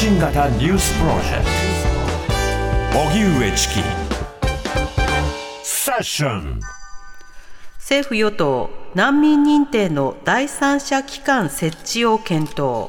信型ニュースプロジェクト荻上チキセッション。 政府与党難民認定の第三者機関設置を検討。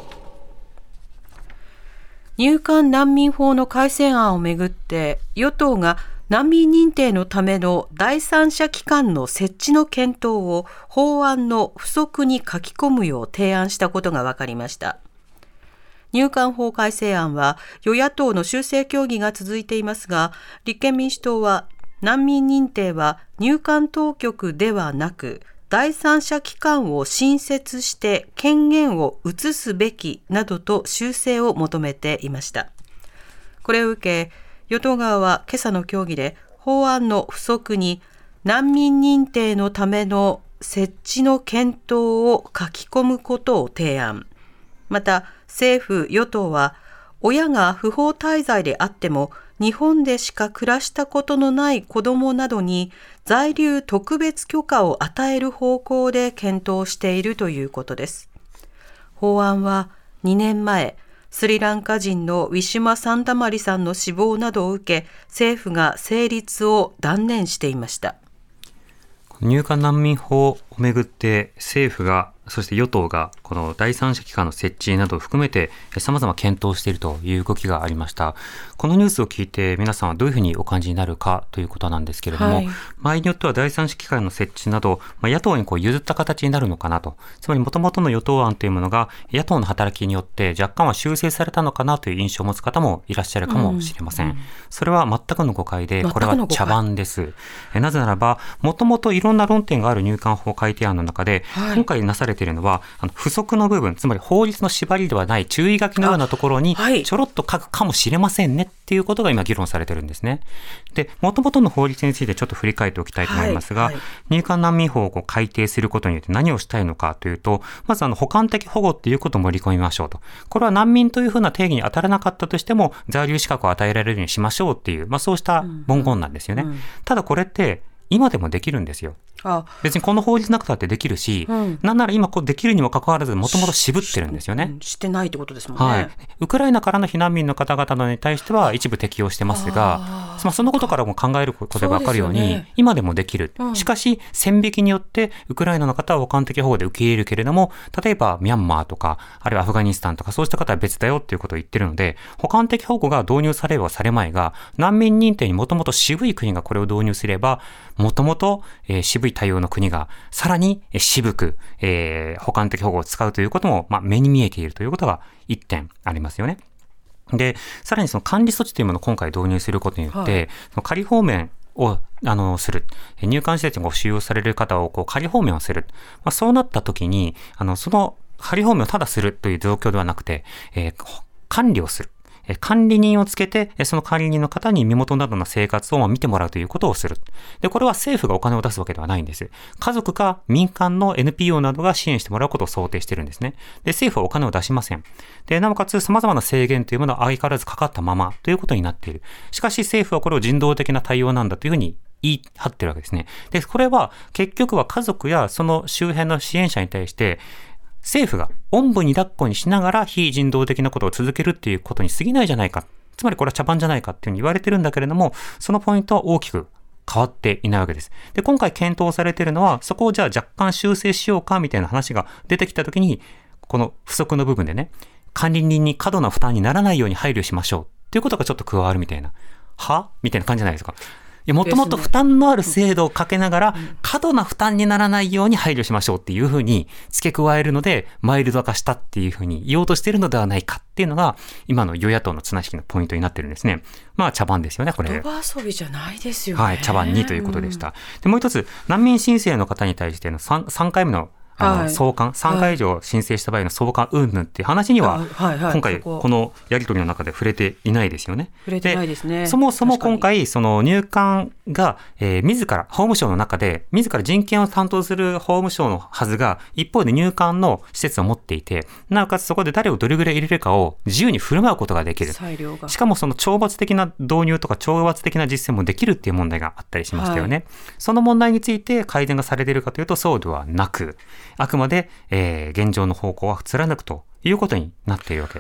入管難民法の改正案をめぐって与党が難民認定のための第三者機関の設置の検討を法案の付則に書き込むよう提案したことが分かりました。入管法改正案は与野党の修正協議が続いていますが、立憲民主党は難民認定は入管当局ではなく第三者機関を新設して権限を移すべきなどと修正を求めていました。これを受け与党側は今朝の協議で法案の付則に難民認定のための設置の検討を書き込むことを提案。また政府与党は親が不法滞在であっても日本でしか暮らしたことのない子どもなどに在留特別許可を与える方向で検討しているということです。法案は2年前スリランカ人のウィシュマ・サンダマリさんの死亡などを受け政府が成立を断念していました。 入管難民法をめぐって政府がそして与党がこの第三者機関の設置などを含めて様々検討しているという動きがありました。このニュースを聞いて皆さんはどういうふうにお感じになるかということなんですけれども、場合によっては第三者機関の設置など、野党に譲った形になるのかなと。つまり元々の与党案というものが野党の働きによって若干は修正されたのかなという印象を持つ方もいらっしゃるかもしれません。それは全くの誤解で、これは茶番です。なぜならば元々いろんな論点がある入管法改定案の中で、今回なされているのは付則の部分、つまり法律の縛りではない注意書きのようなところにちょろっと書くかもしれませんねっていうことが今議論されてるんですね。で、元々の法律についてちょっと振り返っておきたいと思いますが、入管難民法を改定することによって何をしたいのかというと、まず補完的保護っていうことを盛り込みましょうと。これは難民というふうな定義に当たらなかったとしても在留資格を与えられるようにしましょうっていう、そうした文言なんですよね。ただこれって今でもできるんですよ。別にこの法律なくたってできるし、なんなら今できるにもかかわらずもともと渋ってるんですよね。 してないってことですもんね。 ウクライナからの避難民の方々に対しては一部適用してますが、そのことからも考えることで分かるように、今でもできる。しかし線引きによってウクライナの方は補完的保護で受け入れるけれども、例えばミャンマーとかあるいはアフガニスタンとかそうした方は別だよっていうことを言ってるので、補完的保護が導入されればされまいが、難民認定にもともと渋い国がこれを導入すれば、もともと渋い対応の国がさらに渋く、補完的保護を使うということも、目に見えているということが一点ありますよね。で、さらにその管理措置というものを今回導入することによって、仮放免をする。入管施設に収容される方を仮放免をする。そうなった時に、その仮放免をただするという状況ではなくて、管理をする。管理人をつけて、その管理人の方に身元などの生活を見てもらうということをする。で、これは政府がお金を出すわけではないんです。家族か民間の NPO などが支援してもらうことを想定しているんですね。で、政府はお金を出しません。で、なおかつ様々な制限というものは相変わらずかかったままということになっている。しかし政府はこれを人道的な対応なんだというふうに言い張ってるわけですね。で、これは結局は家族やその周辺の支援者に対して政府がおんぶに抱っこにしながら非人道的なことを続けるっていうことに過ぎないじゃないか。つまりこれは茶番じゃないかっていうふうに言われてるんだけれども、そのポイントは大きく変わっていないわけです。で、今回検討されているのは、そこをじゃあ若干修正しようかみたいな話が出てきたときに、この付則の部分でね、管理人に過度な負担にならないように配慮しましょうっていうことがちょっと加わるみたいな。みたいな感じじゃないですか。もともと負担のある制度をかけながら、過度な負担にならないように配慮しましょうっていうふうに付け加えるので、マイルド化したっていうふうに言おうとしているのではないかっていうのが、今の与野党の綱引きのポイントになってるんですね。茶番ですよね、これ。 言葉遊びじゃないですよね。 茶番にということでした。で、もう一つ、難民申請の方に対しての3回目の送還、3回以上申請した場合の送還云々っていう話には、今回このやり取りの中で触れていないですよね。 触れてないですね。 そもそも今回その入管が、自ら法務省の中で自ら人権を担当する法務省のはずが一方で入管の施設を持っていて、なおかつそこで誰をどれぐらい入れるかを自由に振る舞うことができる。しかもその懲罰的な導入とか懲罰的な実践もできるっていう問題があったりしましたよね。その問題について改善がされているかというとそうではなく、あくまで、現状の方向は貫くということになっているわけ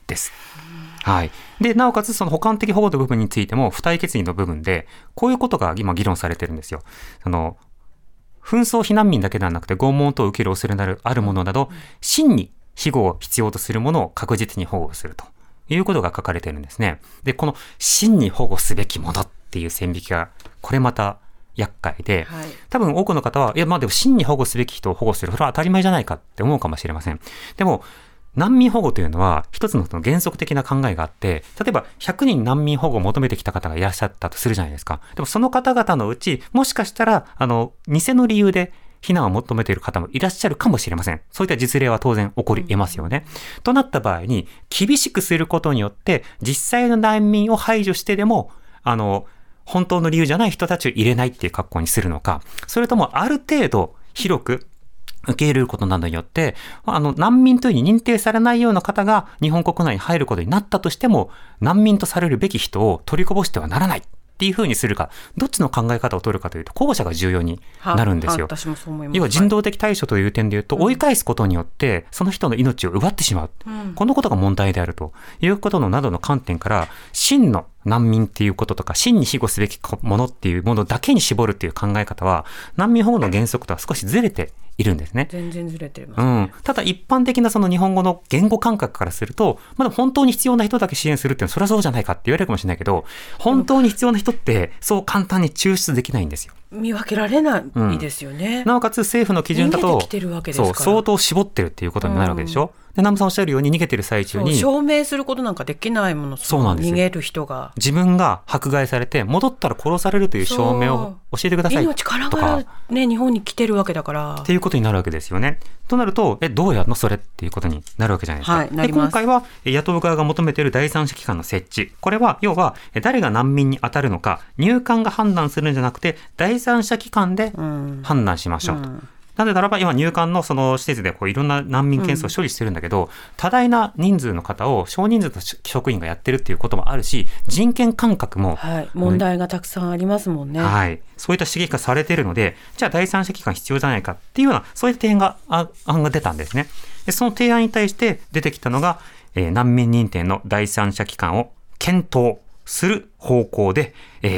です。はい。で、なおかつその補完的保護の部分についても付帯決議の部分でこういうことが今議論されてるんですよ。紛争避難民だけではなくて拷問等を受ける恐れのあるものなど真に庇護を必要とするものを確実に保護するということが書かれているんですね。で、この真に保護すべきものっていう線引きがこれまた厄介で、はい、多分多くの方は、いや、まあでも真に保護すべき人を保護する、それは当たり前じゃないかって思うかもしれません。でも、難民保護というのは一つの原則的な考えがあって、例えば100人難民保護を求めてきた方がいらっしゃったとするじゃないですか。でもその方々のうち、もしかしたら、偽の理由で避難を求めている方もいらっしゃるかもしれません。そういった実例は当然起こり得ますよね。となった場合に、厳しくすることによって、実際の難民を排除してでも、本当の理由じゃない人たちを入れないっていう格好にするのか、それともある程度広く受け入れることなどによって、難民というふうに認定されないような方が日本国内に入ることになったとしても、難民とされるべき人を取りこぼしてはならないっていうふうにするか、どっちの考え方を取るかというと、後者が重要になるんですよ。 私もそう思います。 要は人道的対処という点でいうと、追い返すことによって、その人の命を奪ってしまう。このことが問題であるということのなどの観点から、真の難民っていうこととか、真に庇護すべきものっていうものだけに絞るっていう考え方は、難民保護の原則とは少しずれているんですね。 全然ずれてますね。 ただ一般的なその日本語の言語感覚からすると、まだ本当に必要な人だけ支援するっていうのはそれはそうじゃないかって言われるかもしれないけど、本当に必要な人ってそう簡単に抽出できないんですよ。 見分けられないですよね。 なおかつ政府の基準だとそう相当絞ってるっていうことになるわけでしょ。で、南部さんおっしゃるように逃げてる最中に証明することなんかできないもの。 そうなんですよ。 逃げる人が自分が迫害されて戻ったら殺されるという証明を教えてくださいとか、 命からがらね、日本に来てるわけだからっていうことになるわけですよね。となるとどうやるのそれっていうことになるわけじゃないですか。 はい、なります。 で、今回は野党側が求めている第三者機関の設置、これは要は誰が難民に当たるのか入管が判断するんじゃなくて第三者機関で判断しましょうと。なのでならば今入管のその施設でいろんな難民件数を処理してるんだけど、多大な人数の方を少人数の職員がやってるっていうこともあるし、人権感覚も、 問題がたくさんありますもんね。 そういった刺激がされているので、じゃあ第三者機関必要じゃないかっていうようなそういった提案が出たんですね。でその提案に対して出てきたのが、難民認定の第三者機関を検討する方向で、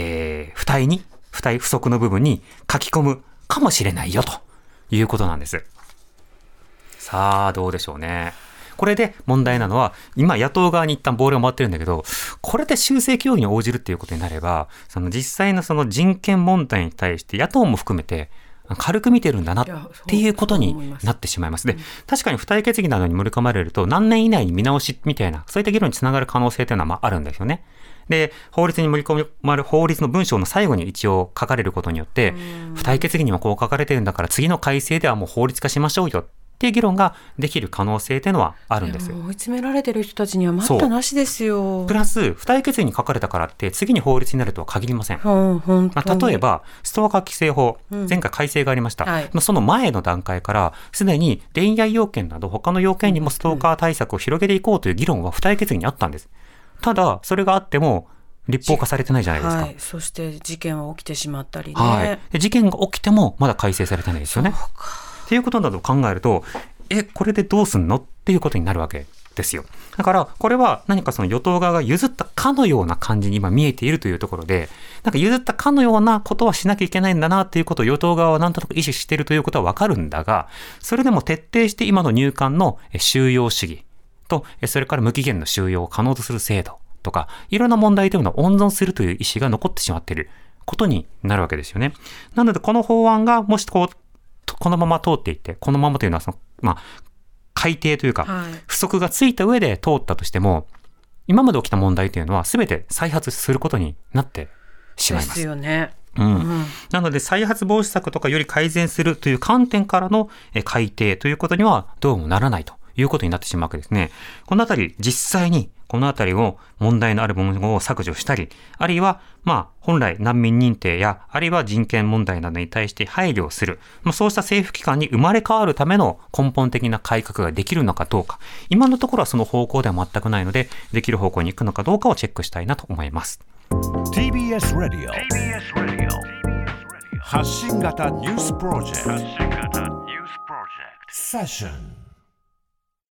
不足の部分に書き込むかもしれないよということなんです。さあどうでしょうね。これで問題なのは、今野党側に一旦ボールが回ってるんだけど、これで修正協議に応じるっていうことになれば、その実際のその人権問題に対して野党も含めて軽く見てるんだなっていうことになってしまいます。で、確かに付帯決議などに盛り込まれると何年以内に見直しみたいな、そういった議論につながる可能性というのはあるんですよね。で、法律に盛り込まれる法律の文章の最後に一応書かれることによって、付帯決議にはこう書かれてるんだから次の改正ではもう法律化しましょうよっていう議論ができる可能性というのはあるんですよ。 追い詰められてる人たちには待ったなしですよ。 プラス付帯決議に書かれたからって次に法律になるとは限りません。例えばストーカー規制法、前回改正がありました。その前の段階からすでに恋愛要件など他の要件にもストーカー対策を広げていこうという議論は付帯決議にあったんです。ただそれがあっても立法化されてないじゃないですか。 そして事件は起きてしまったりね。 事件が起きてもまだ改正されてないですよね。っていうことなどを考えると、これでどうすんのっていうことになるわけですよ。だからこれは何かその与党側が譲ったかのような感じに今見えているというところで、なんか譲ったかのようなことはしなきゃいけないんだなっていうことを与党側はなんとなく意識しているということはわかるんだが、それでも徹底して今の入管の収容主義と、それから無期限の収容を可能とする制度とか、いろんな問題というのを温存するという意思が残ってしまっていることになるわけですよね。なのでこの法案がもしこのまま通っていって、このままというのは改定というか、不足がついた上で通ったとしても、今まで起きた問題というのは全て再発することになってしまいます。 ですよね。 なので再発防止策とかより改善するという観点からの改定ということにはどうもならないということになってしまうわけですね。このあたり実際にこのあたりを問題のあるものを削除したり、あるいは本来難民認定やあるいは人権問題などに対して配慮をする、そうした政府機関に生まれ変わるための根本的な改革ができるのかどうか、今のところはその方向では全くないので、できる方向に行くのかどうかをチェックしたいなと思います。 TBS Radio 発信型ニュースプロジェクトセッション